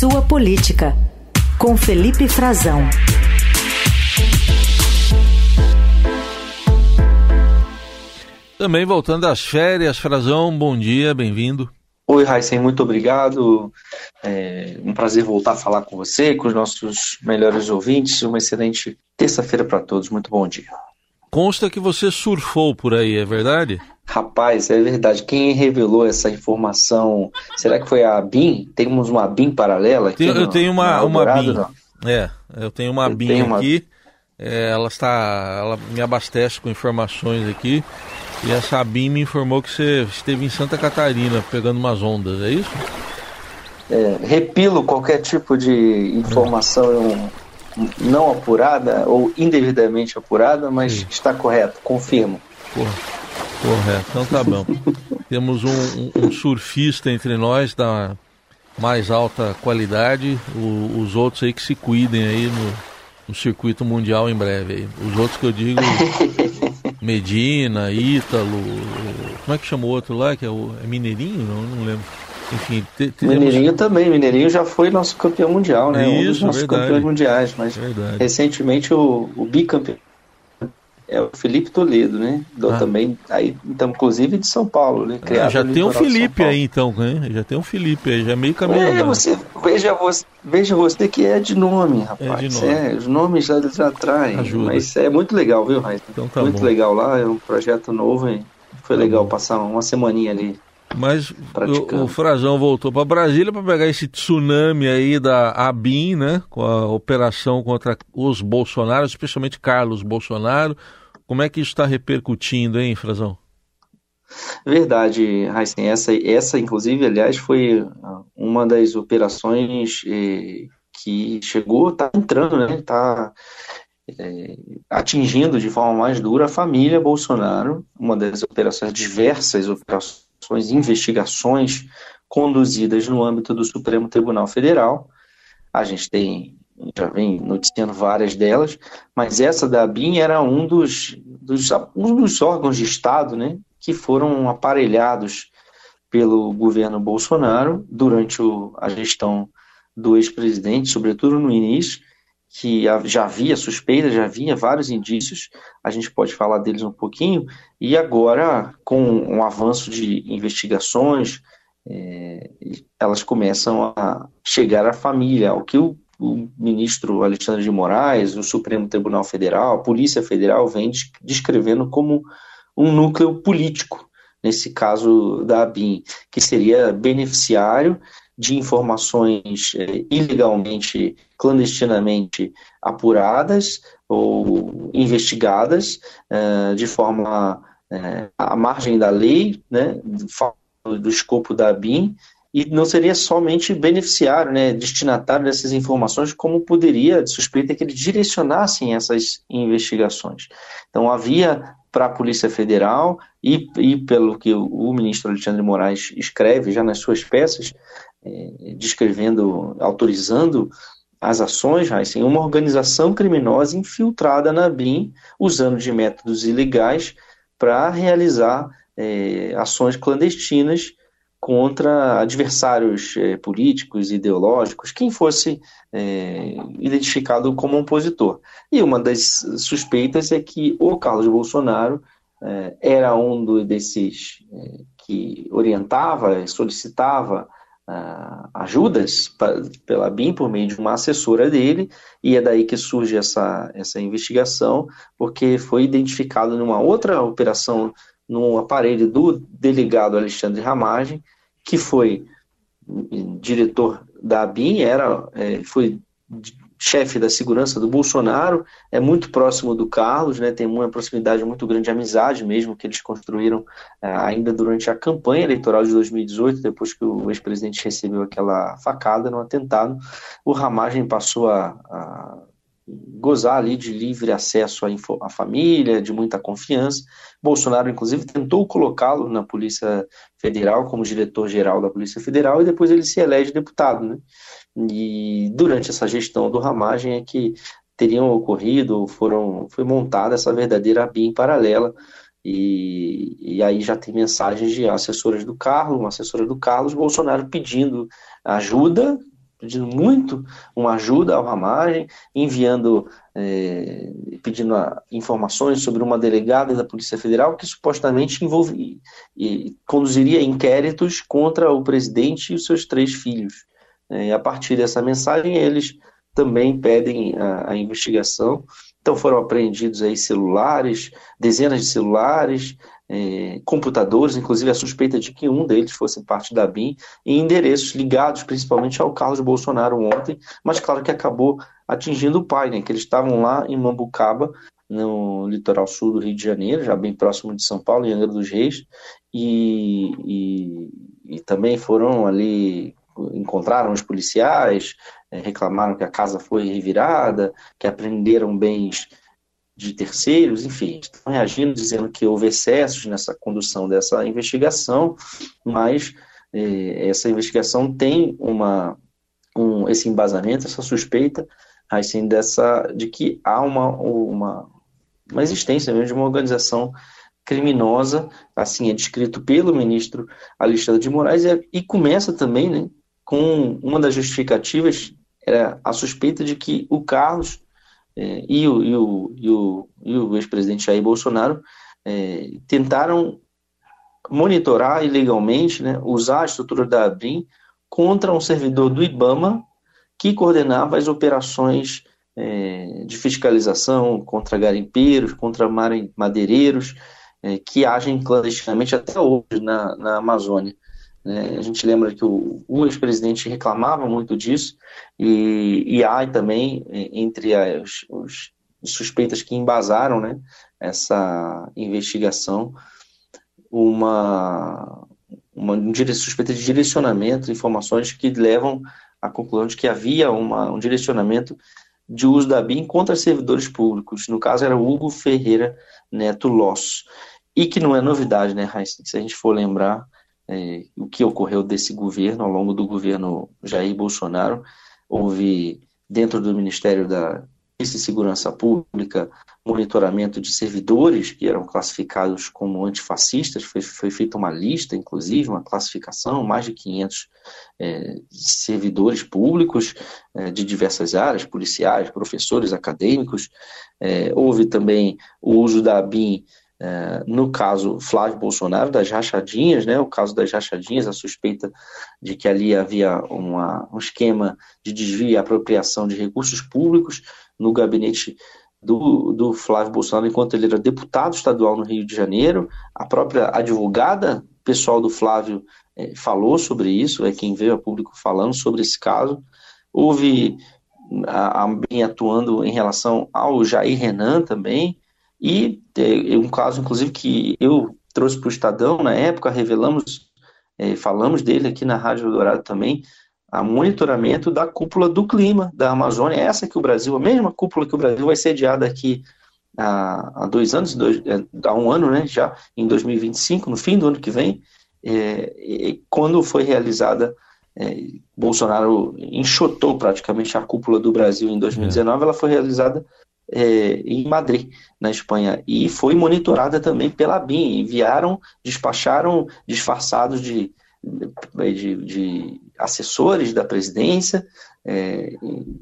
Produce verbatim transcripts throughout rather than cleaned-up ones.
Sua Política, com Felipe Frazão. Também voltando às férias, Frazão, bom dia, bem-vindo. Oi, Raíssen, muito obrigado. É um prazer voltar a falar com você, com os nossos melhores ouvintes. Uma excelente terça-feira para todos. Muito bom dia. Consta que você surfou por aí, é verdade? Rapaz, é verdade. Quem revelou essa informação? Será que foi a ABIN? Temos uma ABIN paralela aqui? Tenho, no, eu tenho uma, uma ABIN. Não? É, eu tenho uma eu ABIN tenho aqui. Uma... É, ela está, ela me abastece com informações aqui. E essa ABIN me informou que você esteve em Santa Catarina pegando umas ondas, é isso? É, repilo qualquer tipo de informação não apurada ou indevidamente apurada, mas Sim. está correto, confirmo. Porra, correto, então tá bom. Temos um, um, um surfista entre nós da mais alta qualidade, o, os outros aí que se cuidem aí no, no circuito mundial em breve. Aí. Os outros que eu digo... Medina, Ítalo, como é que chama o outro lá, que é o é Mineirinho? Não, não lembro. Enfim, te, teremos... Mineirinho também, Mineirinho já foi nosso campeão mundial, né? Isso, um dos nossos verdade. campeões mundiais, mas verdade. recentemente o, o bicampeão é o Felipe Toledo, né? Do, ah. Também, aí, então, inclusive de São Paulo, né? Ah, já tem um Felipe aí então, né? Já tem um Felipe aí, já é meio caminho. É, você, veja, você, veja você que é de nome, rapaz. É de nome. É, os nomes já, já atraem. Ajuda. Mas é muito legal, viu, Raíssa? Então tá muito bom. legal lá, é um projeto novo, hein? Foi tá legal bom. passar uma semaninha ali. Mas o, o Frazão voltou para Brasília para pegar esse tsunami aí da ABIN, né? Com a operação contra os Bolsonaro, especialmente Carlos Bolsonaro. Como é que isso está repercutindo, hein, Frazão? Verdade, Raíssen. Essa, essa, inclusive, aliás, foi uma das operações eh, que chegou, está entrando, né? Está eh, atingindo de forma mais dura a família Bolsonaro, uma das operações, diversas operações, investigações conduzidas no âmbito do Supremo Tribunal Federal. A gente tem... já vem noticiando várias delas, mas essa da ABIN era um dos, dos, um dos órgãos de Estado, né, que foram aparelhados pelo governo Bolsonaro durante o, a gestão do ex-presidente, sobretudo no início, que já havia suspeitas, já havia vários indícios, a gente pode falar deles um pouquinho, e agora, com um avanço de investigações, é, elas começam a chegar à família, ao que o o ministro Alexandre de Moraes, o Supremo Tribunal Federal, a Polícia Federal vem descrevendo como um núcleo político, nesse caso da ABIN, que seria beneficiário de informações eh, ilegalmente, clandestinamente apuradas ou investigadas eh, de forma eh, à margem da lei, né, do escopo da ABIN, e não seria somente beneficiário, né, destinatário dessas informações, como poderia, de suspeita, que eles direcionassem essas investigações. Então havia para a Polícia Federal e, e pelo que o, o ministro Alexandre de Moraes escreve já nas suas peças, é, descrevendo, autorizando as ações, assim, uma organização criminosa infiltrada na ABIN, usando de métodos ilegais para realizar é, ações clandestinas contra adversários eh, políticos, ideológicos, quem fosse eh, identificado como opositor. E uma das suspeitas é que o Carlos Bolsonaro eh, era um do, desses eh, que orientava, solicitava ah, ajudas pra, pela ABIN por meio de uma assessora dele, e é daí que surge essa, essa investigação, porque foi identificado numa outra operação no aparelho do delegado Alexandre Ramagem, que foi diretor da ABIN, era, é, foi chefe da segurança do Bolsonaro, é muito próximo do Carlos, né, tem uma proximidade muito grande de amizade mesmo, que eles construíram é, ainda durante a campanha eleitoral de dois mil e dezoito, depois que o ex-presidente recebeu aquela facada no atentado. O Ramagem passou a, a gozar ali de livre acesso à, info, à família, de muita confiança. Bolsonaro, inclusive, tentou colocá-lo na Polícia Federal como diretor-geral da Polícia Federal e depois ele se elege deputado, né? E durante essa gestão do Ramagem é que teriam ocorrido, foram, foi montada essa verdadeira ABIN paralela, e, e aí já tem mensagens de assessoras do Carlos, uma assessora do Carlos, Bolsonaro pedindo ajuda pedindo muito uma ajuda ao Ramagem, enviando, é, pedindo a, informações sobre uma delegada da Polícia Federal que supostamente envolve, e, conduziria inquéritos contra o presidente e os seus três filhos. É, e a partir dessa mensagem, eles também pedem a, a investigação. Então foram apreendidos aí celulares, dezenas de celulares, é, computadores, inclusive a suspeita de que um deles fosse parte da B I M, e endereços ligados principalmente ao Carlos Bolsonaro ontem, mas claro que acabou atingindo o pai, né, que eles estavam lá em Mambucaba, no litoral sul do Rio de Janeiro, já bem próximo de São Paulo, em Angra dos Reis, e, e, e também foram ali, encontraram os policiais, reclamaram que a casa foi revirada, que apreenderam bens de terceiros, enfim, estão reagindo, dizendo que houve excessos nessa condução dessa investigação, mas eh, essa investigação tem uma, um, esse embasamento, essa suspeita, assim, dessa, de que há uma, uma, uma existência mesmo de uma organização criminosa, assim é descrito pelo ministro Alexandre de Moraes, e, e começa também, né, com uma das justificativas, era a suspeita de que o Carlos é, e o, e o, e o, e o ex-presidente Jair Bolsonaro é, tentaram monitorar ilegalmente, né, usar a estrutura da ABIN contra um servidor do IBAMA que coordenava as operações é, de fiscalização contra garimpeiros, contra madeireiros, é, que agem clandestinamente até hoje na, na Amazônia. É, a gente lembra que o, o ex-presidente reclamava muito disso, e, e há também, entre as os suspeitas que embasaram, né, essa investigação, uma, uma suspeita de direcionamento, informações que levam à conclusão de que havia uma, um direcionamento de uso da B I M contra servidores públicos. No caso era o Hugo Ferreira Neto Losso, e que não é novidade, né, Raíssa? Se a gente for lembrar É, o que ocorreu desse governo, ao longo do governo Jair Bolsonaro, houve dentro do Ministério da Segurança Pública monitoramento de servidores que eram classificados como antifascistas, foi, foi feita uma lista, inclusive, uma classificação, mais de quinhentos é, servidores públicos é, de diversas áreas, policiais, professores, acadêmicos. É, houve também o uso da B I M, Uh, no caso Flávio Bolsonaro, das rachadinhas, né, o caso das rachadinhas, a suspeita de que ali havia uma, um esquema de desvio e apropriação de recursos públicos no gabinete do, do Flávio Bolsonaro, enquanto ele era deputado estadual no Rio de Janeiro. A própria advogada pessoal do Flávio eh, falou sobre isso, é quem veio a público falando sobre esse caso. Houve a, a B I M atuando em relação ao Jair Renan também, e é um caso, inclusive, que eu trouxe para o Estadão na época, revelamos, é, falamos dele aqui na Rádio Eldorado também, a monitoramento da cúpula do clima da Amazônia, essa que o Brasil, a mesma cúpula que o Brasil vai sediada aqui há, há dois anos, dois, há um ano, né, já em dois mil e vinte e cinco, no fim do ano que vem, é, e quando foi realizada, é, Bolsonaro enxotou praticamente a cúpula do Brasil em dois mil e dezenove, é. Ela foi realizada É, em Madrid, na Espanha, e foi monitorada também pela B I M. Enviaram, despacharam disfarçados de, de, de assessores da presidência, é,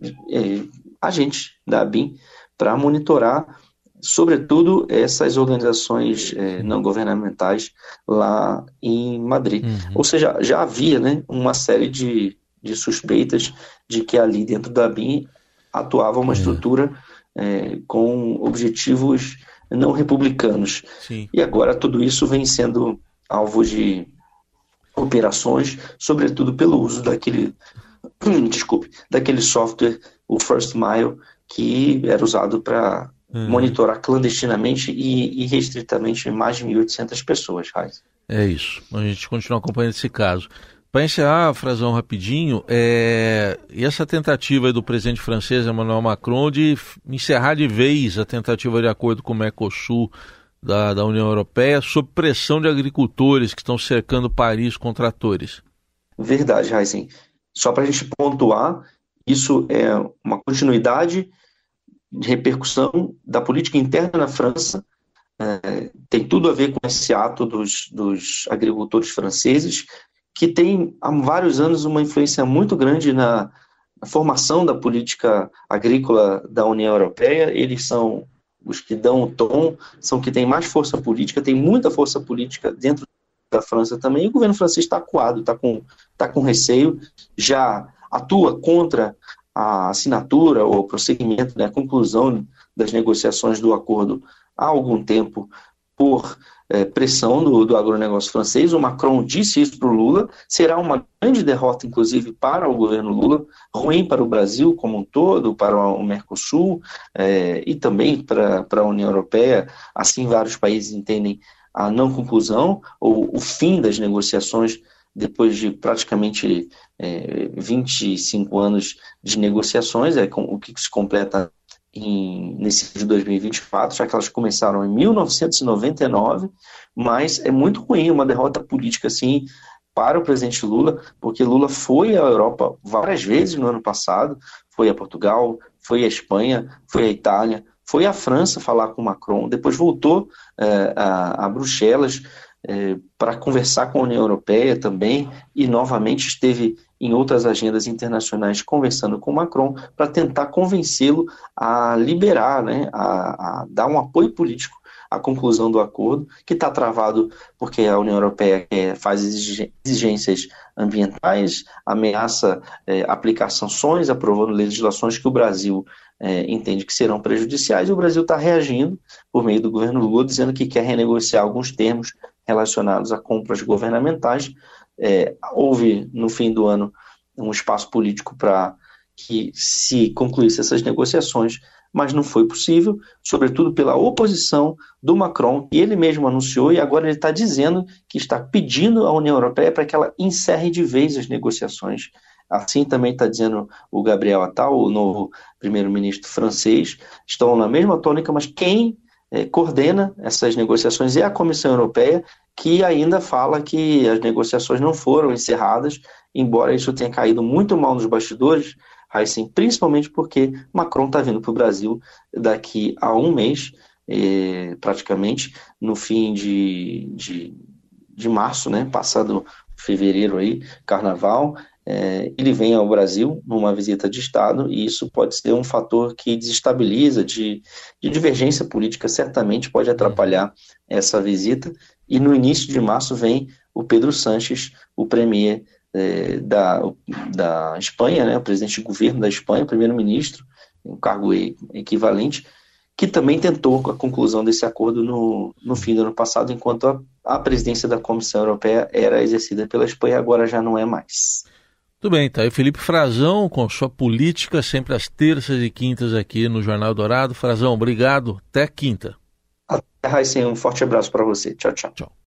é, agentes da B I M, para monitorar, sobretudo, essas organizações é, não governamentais lá em Madrid. Uhum. Ou seja, já havia, né, uma série de, de suspeitas de que ali dentro da B I M atuava uma é. estrutura É, com objetivos não republicanos. Sim. E agora tudo isso vem sendo alvo de operações, sobretudo pelo uso daquele, desculpe, daquele software, o First Mile, que era usado para uhum. monitorar clandestinamente e, e restritamente mais de mil e oitocentas pessoas. Raiz. É isso. A gente continua acompanhando esse caso. Para encerrar, Frazão, rapidinho, é... e essa tentativa do presidente francês Emmanuel Macron de encerrar de vez a tentativa de acordo com o Mercosul da, da União Europeia sob pressão de agricultores que estão cercando Paris com tratores. Verdade, Raíssen. Só para a gente pontuar, isso é uma continuidade de repercussão da política interna na França, é, tem tudo a ver com esse ato dos, dos agricultores franceses, que tem há vários anos uma influência muito grande na, a formação da política agrícola da União Europeia. Eles são os que dão o tom, são que têm mais força política, tem muita força política dentro da França também, e o governo francês está acuado, está com, tá com receio, já atua contra a assinatura ou prosseguimento, né, a conclusão das negociações do acordo há algum tempo por é, pressão do, do agronegócio francês. O Macron disse isso para o Lula, será uma grande derrota, inclusive, para o governo Lula, ruim para o Brasil como um todo, para o Mercosul é, e também para, para a União Europeia. Assim, vários países entendem a não conclusão ou o fim das negociações depois de praticamente é, vinte e cinco anos de negociações, é com, o que se completa em, nesse ano de dois mil e vinte e quatro, já que elas começaram em mil novecentos e noventa e nove, mas é muito ruim uma derrota política assim para o presidente Lula, porque Lula foi à Europa várias vezes no ano passado, foi a Portugal, foi à Espanha, foi à Itália, foi à França falar com Macron, depois voltou é, a, a Bruxelas, É, para conversar com a União Europeia também, e novamente esteve em outras agendas internacionais conversando com Macron para tentar convencê-lo a liberar, né, a, a dar um apoio político à conclusão do acordo, que está travado porque a União Europeia é, faz exigências ambientais, ameaça é, aplicar sanções, aprovando legislações que o Brasil é, entende que serão prejudiciais, e o Brasil está reagindo por meio do governo Lula, dizendo que quer renegociar alguns termos relacionados a compras governamentais. É, houve, no fim do ano, um espaço político para que se concluísse essas negociações, mas não foi possível, sobretudo pela oposição do Macron, que ele mesmo anunciou, e agora ele está dizendo que está pedindo à União Europeia para que ela encerre de vez as negociações. Assim também está dizendo o Gabriel Attal, o novo primeiro-ministro francês. Estão na mesma tônica, mas quem é, coordena essas negociações é a Comissão Europeia, que ainda fala que as negociações não foram encerradas, embora isso tenha caído muito mal nos bastidores, Heisen, principalmente porque Macron está vindo para o Brasil daqui a um mês, eh, praticamente, no fim de, de, de março, né, passado fevereiro aí, carnaval, eh, ele vem ao Brasil numa visita de Estado, e isso pode ser um fator que desestabiliza, de, de divergência política, certamente pode atrapalhar essa visita, e no início de março vem o Pedro Sánchez, o premier Da, da Espanha, né, o presidente de governo da Espanha, o primeiro-ministro, um cargo equivalente, que também tentou a conclusão desse acordo no, no fim do ano passado, enquanto a, a presidência da Comissão Europeia era exercida pela Espanha, agora já não é mais. Tudo bem, tá aí Felipe Frazão com sua política, sempre às terças e quintas aqui no Jornal Dourado. Frazão, obrigado, até quinta. Até, Raíssen, um forte abraço para você. Tchau, tchau. Tchau.